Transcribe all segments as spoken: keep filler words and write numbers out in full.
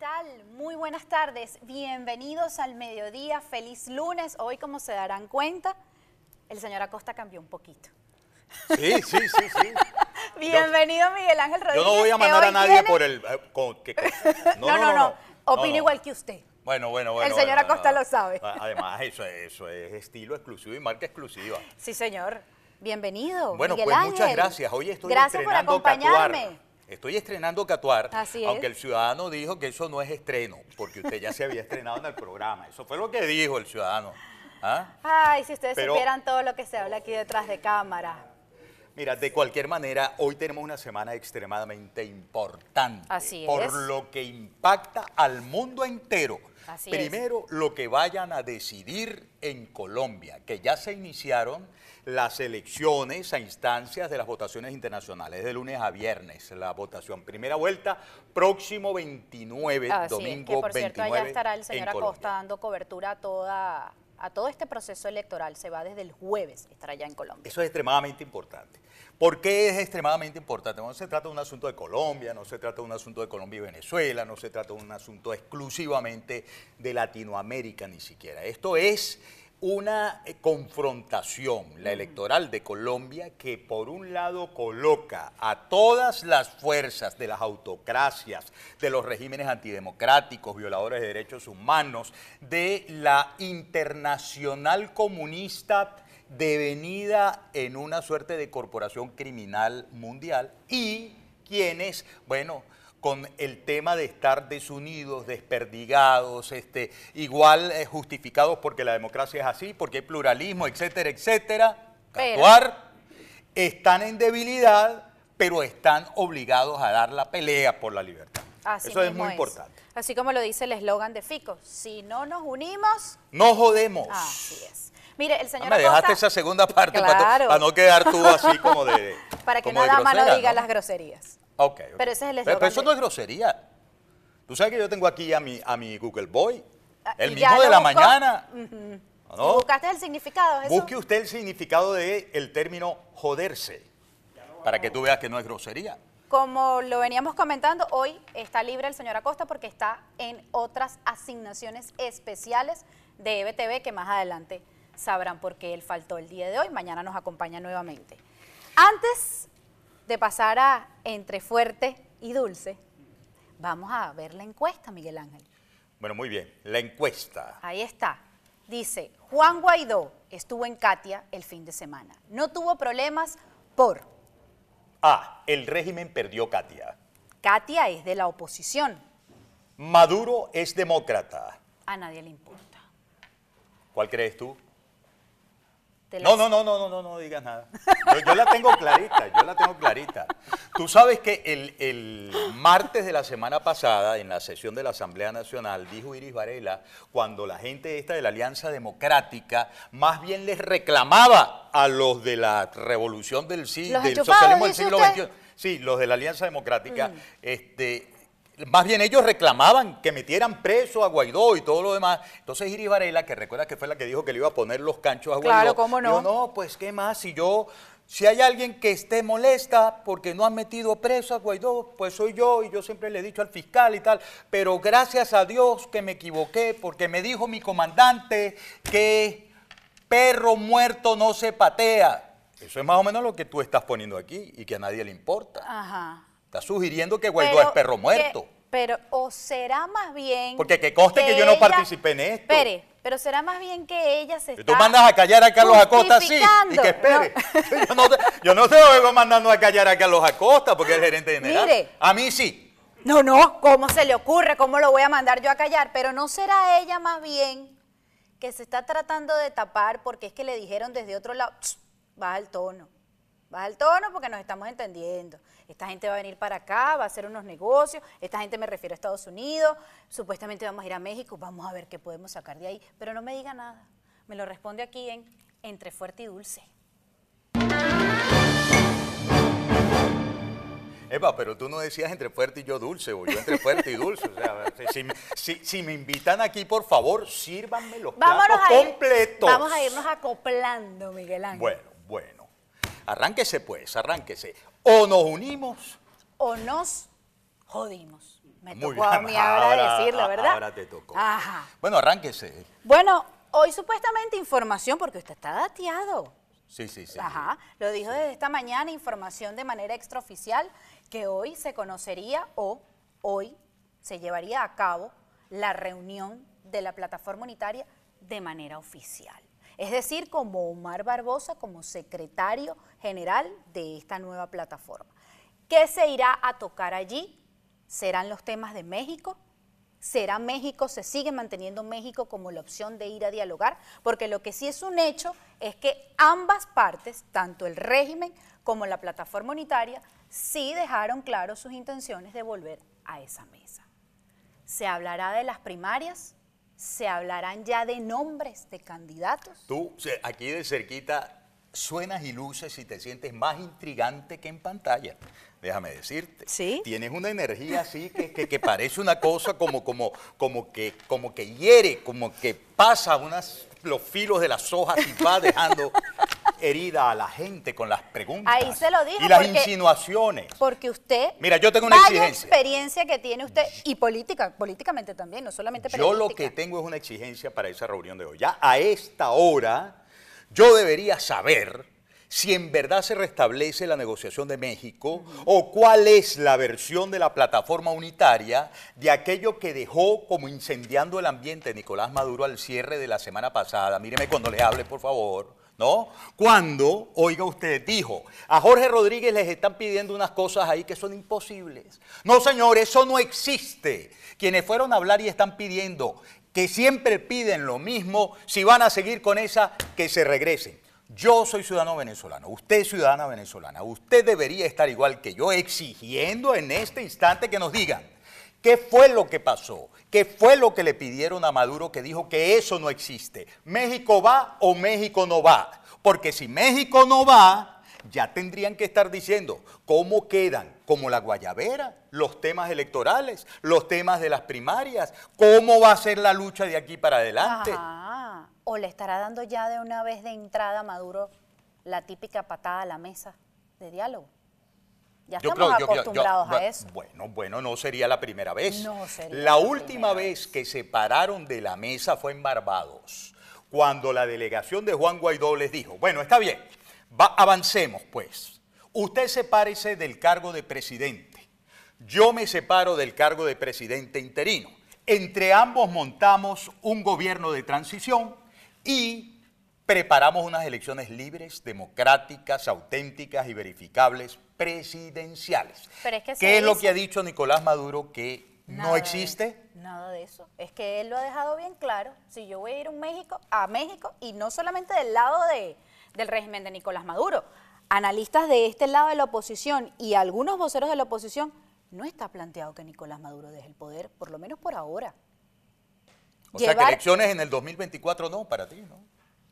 tal? Muy buenas tardes, bienvenidos al mediodía, feliz lunes. Hoy, como se darán cuenta, el señor Acosta cambió un poquito. Sí, sí, sí, sí. Bienvenido, Miguel Ángel Rodríguez. Yo no voy a mandar a nadie tiene... por el... Eh, con, ¿qué cosa? No, no, no, no, no. Opino no, no. igual que usted. Bueno, bueno, bueno. El señor bueno, Acosta bueno. lo sabe. Además, eso es, eso es estilo exclusivo y marca exclusiva. Sí, señor. Bienvenido, Bueno, Miguel pues Ángel. muchas gracias. Hoy estoy gracias estrenando por acompañarme. Catuar. Estoy estrenando Catuar, Así es. aunque el ciudadano dijo que eso no es estreno, porque usted ya se había estrenado en el programa. Eso fue lo que dijo el ciudadano. ¿Ah? Ay, si ustedes Pero, supieran todo lo que se habla aquí detrás de cámara. Mira, de cualquier manera, hoy tenemos una semana extremadamente importante. Así por es. lo que impacta al mundo entero. Así Primero, es. lo que vayan a decidir en Colombia, que ya se iniciaron las elecciones a instancias de las votaciones internacionales, de lunes a viernes, la votación. Primera vuelta, próximo veintinueve, Así domingo es, que por cierto, veintinueve allá estará el señor Acosta Colombia. dando cobertura a toda... a todo este proceso electoral. Se va desde el jueves, estará allá en Colombia. Eso es extremadamente importante. ¿Por qué es extremadamente importante? No se trata de un asunto de Colombia, no se trata de un asunto de Colombia y Venezuela, no se trata de un asunto exclusivamente de Latinoamérica ni siquiera. Esto es una confrontación, la electoral de Colombia, que por un lado coloca a todas las fuerzas de las autocracias, de los regímenes antidemocráticos, violadores de derechos humanos, de la internacional comunista devenida en una suerte de corporación criminal mundial, y quienes, bueno, con el tema de estar desunidos, desperdigados, este, igual eh, justificados porque la democracia es así, porque hay pluralismo, etcétera, etcétera, Catuar, están en debilidad, pero están obligados a dar la pelea por la libertad. Así Eso es muy es. importante. Así como lo dice el eslogan de Fico, si no nos unimos... no jodemos. Así es. Mire, el señor Me Acosta, dejaste esa segunda parte claro, para, para no quedar tú así como de para que como una de dama grosera, no diga ¿no? las groserías. Okay, ok. Pero ese es el Pero, eslogan. pero eso de... no es grosería. Tú sabes que yo tengo aquí a mi, a mi Google Boy, el ¿Ya mismo de lo la buscó? mañana. Uh-huh. ¿No? ¿Y buscaste el significado? ¿Eso? Busque usted el significado del término joderse, para que tú veas que no es grosería. Como lo veníamos comentando, hoy está libre el señor Acosta porque está en otras asignaciones especiales de E B T V que más adelante sabrán por qué él faltó el día de hoy. Mañana nos acompaña nuevamente. Antes de pasar a Entre Fuerte y Dulce, vamos a ver la encuesta, Miguel Ángel. Bueno, muy bien. La encuesta. Ahí está. Dice, Juan Guaidó estuvo en Catia el fin de semana. No tuvo problemas por... A. El régimen perdió Catia. Catia es de la oposición. Maduro es demócrata. A nadie le importa. ¿Cuál crees tú? Te No, las- no, no, no, no, no, no digas nada. Yo, yo la tengo clarita, yo la tengo clarita. Tú sabes que el, el martes de la semana pasada, en la sesión de la Asamblea Nacional, dijo Iris Varela, cuando la gente esta de la Alianza Democrática más bien les reclamaba a los de la revolución del, sí, Los del enchufados, socialismo del dice siglo usted. veintiuno. Sí, los de la Alianza Democrática, Mm. este... más bien ellos reclamaban que metieran preso a Guaidó y todo lo demás. Entonces Iris Varela, que recuerda que fue la que dijo que le iba a poner los canchos a Guaidó. Claro, cómo no. Dijo, no, pues qué más, si yo, si hay alguien que esté molesta porque no han metido preso a Guaidó, pues soy yo, y yo siempre le he dicho al fiscal y tal, pero gracias a Dios que me equivoqué, porque me dijo mi comandante que perro muerto no se patea. Eso es más o menos lo que tú estás poniendo aquí y que a nadie le importa. Ajá. Está sugiriendo que Guaidó Pero es perro muerto. que- pero, o será más bien... Porque que conste que yo no participé en esto. Espere, pero será más bien que ella se Y está tú mandas a callar a Carlos Acosta así y justificando. que espere. No. Yo no, te, yo no te lo vengo mandando a callar a Carlos Acosta porque es el gerente general. Mire. A mí sí. No, no, ¿cómo se le ocurre? ¿Cómo lo voy a mandar yo a callar? Pero ¿no será ella más bien que se está tratando de tapar porque es que le dijeron desde otro lado, baja el tono, baja el tono porque nos estamos entendiendo? Esta gente va a venir para acá, va a hacer unos negocios, esta gente me refiero a Estados Unidos, supuestamente vamos a ir a México, vamos a ver qué podemos sacar de ahí, pero no me diga nada, me lo responde aquí en Entre Fuerte y Dulce. Epa, pero tú no decías entre fuerte y yo dulce, o yo entre fuerte y dulce. O sea, si, si, si me invitan aquí, por favor, sírvanme los Vámonos platos a ir- completos. Vamos a irnos acoplando, Miguel Ángel. Bueno, bueno. Arránquese pues, arránquese. O nos unimos O nos jodimos. Me Muy tocó a bien. mí ahora, Ahora- decirlo, ¿verdad? ahora te tocó. Ajá. Bueno, arránquese. Bueno, hoy supuestamente información, porque usted está dateado. Sí, sí, sí. Ajá, lo dijo desde esta mañana, información de manera extraoficial, que hoy se conocería o hoy se llevaría a cabo la reunión de la plataforma unitaria de manera oficial. Es decir, como Omar Barbosa, como secretario general de esta nueva plataforma. ¿Qué se irá a tocar allí? ¿Serán los temas de México? ¿Será México, se sigue manteniendo México como la opción de ir a dialogar? Porque lo que sí es un hecho es que ambas partes, tanto el régimen como la plataforma unitaria, sí dejaron claro sus intenciones de volver a esa mesa. ¿Se hablará de las primarias? ¿Se hablarán ya de nombres de candidatos? Tú, se- aquí de cerquita, suenas y luces y te sientes más intrigante que en pantalla. Déjame decirte. ¿Sí? Tienes una energía así que, que, que parece una cosa como, como, como, que, como que hiere, como que pasa unas, los filos de las hojas y va dejando herida a la gente con las preguntas. Ahí se lo dijo y las porque- insinuaciones. Porque usted, Mira, yo tengo una vaya exigencia. experiencia que tiene usted, y política, políticamente también, no solamente Yo lo periodística. que tengo es una exigencia para esa reunión de hoy. Ya a esta hora, yo debería saber si en verdad se restablece la negociación de México o cuál es la versión de la plataforma unitaria de aquello que dejó como incendiando el ambiente Nicolás Maduro al cierre de la semana pasada. Míreme cuando le hable, por favor. ¿No? Cuando, oiga usted, dijo, a Jorge Rodríguez les están pidiendo unas cosas ahí que son imposibles. No, señor, eso no existe. Quienes fueron a hablar y están pidiendo, que siempre piden lo mismo, si van a seguir con esa, que se regresen. Yo soy ciudadano venezolano, usted es ciudadana venezolana, usted debería estar igual que yo exigiendo en este instante que nos digan qué fue lo que pasó, qué fue lo que le pidieron a Maduro que dijo que eso no existe. ¿México va o México no va? Porque si México no va, ya tendrían que estar diciendo cómo quedan, como la guayabera, los temas electorales, los temas de las primarias, cómo va a ser la lucha de aquí para adelante. Ajá. ¿O le estará dando ya de una vez de entrada a Maduro la típica patada a la mesa de diálogo? Ya Yo estamos creo- yo- yo- yo- acostumbrados yo- a eso. Bueno, bueno, no sería la primera vez. No sería la la última primera vez que se pararon de la mesa fue en Barbados, cuando la delegación de Juan Guaidó les dijo, bueno, está bien, va, avancemos pues. Usted sepárese del cargo de presidente. Yo me separo del cargo de presidente interino. Entre ambos montamos un gobierno de transición y preparamos unas elecciones libres, democráticas, auténticas y verificables presidenciales. Pero es que se ¿Qué es lo hizo. que ha dicho Nicolás Maduro que Nada no de existe? eso, nada de eso. Es que él lo ha dejado bien claro. Si yo voy a ir a, un México, a México, y no solamente del lado de, del régimen de Nicolás Maduro, analistas de este lado de la oposición y algunos voceros de la oposición, no está planteado que Nicolás Maduro deje el poder, por lo menos por ahora. O sea que Llevar- elecciones en el dos mil veinticuatro no, para ti, ¿no?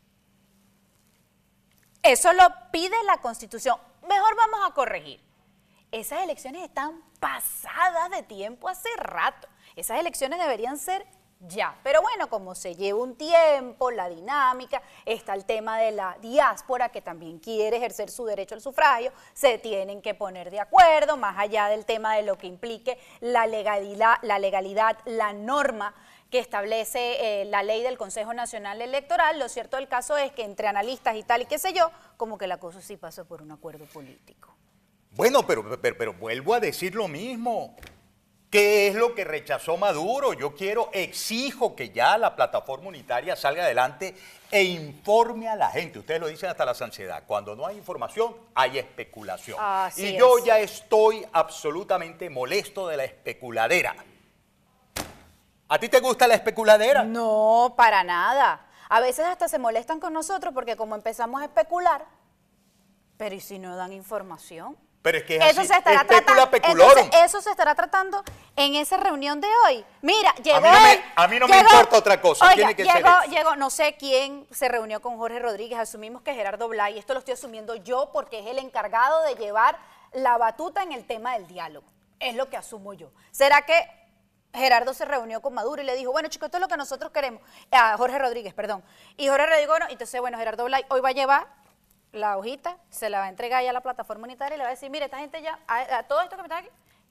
Eso lo pide la Constitución. Mejor vamos a corregir. Esas elecciones están pasadas de tiempo hace rato. Esas elecciones deberían ser ya. Pero bueno, como se lleva un tiempo, la dinámica, está el tema de la diáspora que también quiere ejercer su derecho al sufragio, se tienen que poner de acuerdo, más allá del tema de lo que implique la legalidad, la, legalidad, la norma que establece eh, la ley del Consejo Nacional Electoral. Lo cierto del caso es que entre analistas y tal y qué sé yo, como que la cosa sí pasó por un acuerdo político. Bueno, pero, pero, pero vuelvo a decir lo mismo. ¿Qué es lo que rechazó Maduro? Yo quiero, exijo que ya la plataforma unitaria salga adelante e informe a la gente. Ustedes lo dicen hasta la saciedad. Cuando no hay información, hay especulación. Así y yo es. ya estoy absolutamente molesto de la especuladera. ¿A ti te gusta la especuladera? No, para nada. A veces hasta se molestan con nosotros porque como empezamos a especular, pero ¿y si no dan información? Pero es que es Eso así. se estará Especula, tratando. peculorum. Entonces, eso se estará tratando en esa reunión de hoy. Mira, llegó. A mí no me- él, a mí no me llegó- importa otra cosa, Oiga, tiene que ser llegó, eso. llegó, no sé quién se reunió con Jorge Rodríguez. Asumimos que Gerardo Blay, esto lo estoy asumiendo yo porque es el encargado de llevar la batuta en el tema del diálogo. Es lo que asumo yo. ¿Será que Gerardo se reunió con Maduro y le dijo, bueno, chicos, esto es lo que nosotros queremos? A Jorge Rodríguez, perdón. Y Jorge Rodríguez, bueno, entonces, bueno, Gerardo Blay hoy va a llevar la hojita, se la va a entregar ya a la plataforma unitaria y le va a decir, mire, esta gente ya, a, a todo esto que me está aquí,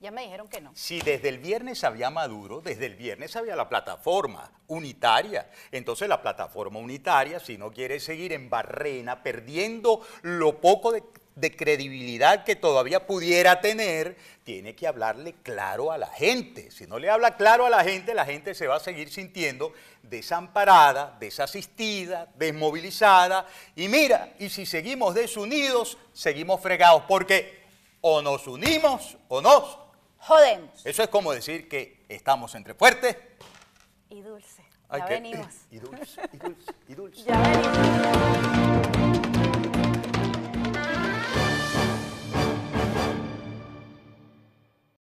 Ya me dijeron que no. Si desde el viernes había Maduro, desde el viernes había la plataforma unitaria. Entonces la plataforma unitaria, si no quiere seguir en Barrena, perdiendo lo poco de, de credibilidad que todavía pudiera tener, tiene que hablarle claro a la gente. Si no le habla claro a la gente, la gente se va a seguir sintiendo desamparada, desasistida, desmovilizada. Y mira, y si seguimos desunidos, seguimos fregados, porque o nos unimos o nos jodemos. Eso es como decir que estamos entre fuertes Y dulce. Ay, Ya que- venimos. y dulce, y dulce, y dulce. Ya venimos.